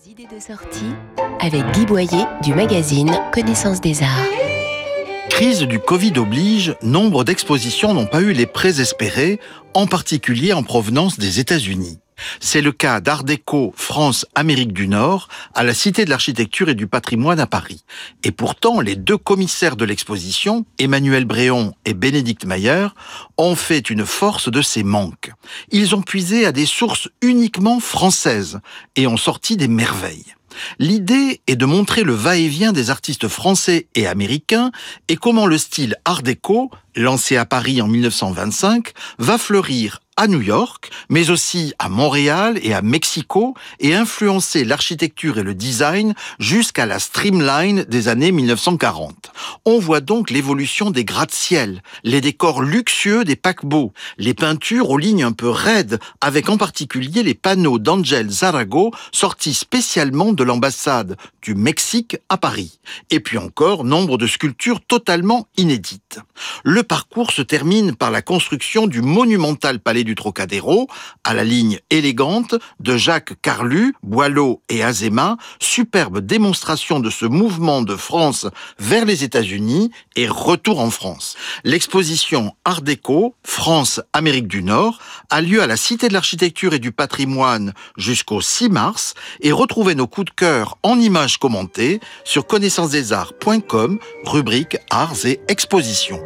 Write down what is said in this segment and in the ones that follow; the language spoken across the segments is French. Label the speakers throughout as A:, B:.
A: Idées de sortie avec Guy Boyer du magazine Connaissance des Arts.
B: Crise du Covid oblige, nombre d'expositions n'ont pas eu les prêts espérés, en particulier en provenance des États-Unis. C'est le cas d'Art déco France-Amérique du Nord, à la Cité de l'Architecture et du Patrimoine à Paris. Et pourtant, les deux commissaires de l'exposition, Emmanuel Bréon et Bénédicte Mayer, ont fait une force de ces manques. Ils ont puisé à des sources uniquement françaises et ont sorti des merveilles. L'idée est de montrer le va-et-vient des artistes français et américains et comment le style Art déco, lancé à Paris en 1925, va fleurir à New York, mais aussi à Montréal et à Mexico, et influencer l'architecture et le design jusqu'à la streamline des années 1940. On voit donc l'évolution des gratte-ciel, les décors luxueux des paquebots, les peintures aux lignes un peu raides, avec en particulier les panneaux d'Angel Zarago sortis spécialement de l'ambassade du Mexique à Paris. Et puis encore, nombre de sculptures totalement inédites. Le parcours se termine par la construction du monumental palais du Trocadéro, à la ligne élégante de Jacques Carlu, Boileau et Azéma, superbe démonstration de ce mouvement de France vers les États-Unis et retour en France. L'exposition Art déco, France-Amérique du Nord, a lieu à la Cité de l'Architecture et du Patrimoine jusqu'au 6 mars et retrouvez nos coups de cœur en images commentées sur connaissancesdesarts.com, rubrique Arts et Expositions.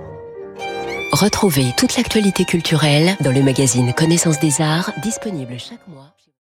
A: Retrouvez toute l'actualité culturelle dans le magazine Connaissance des Arts, disponible chaque mois.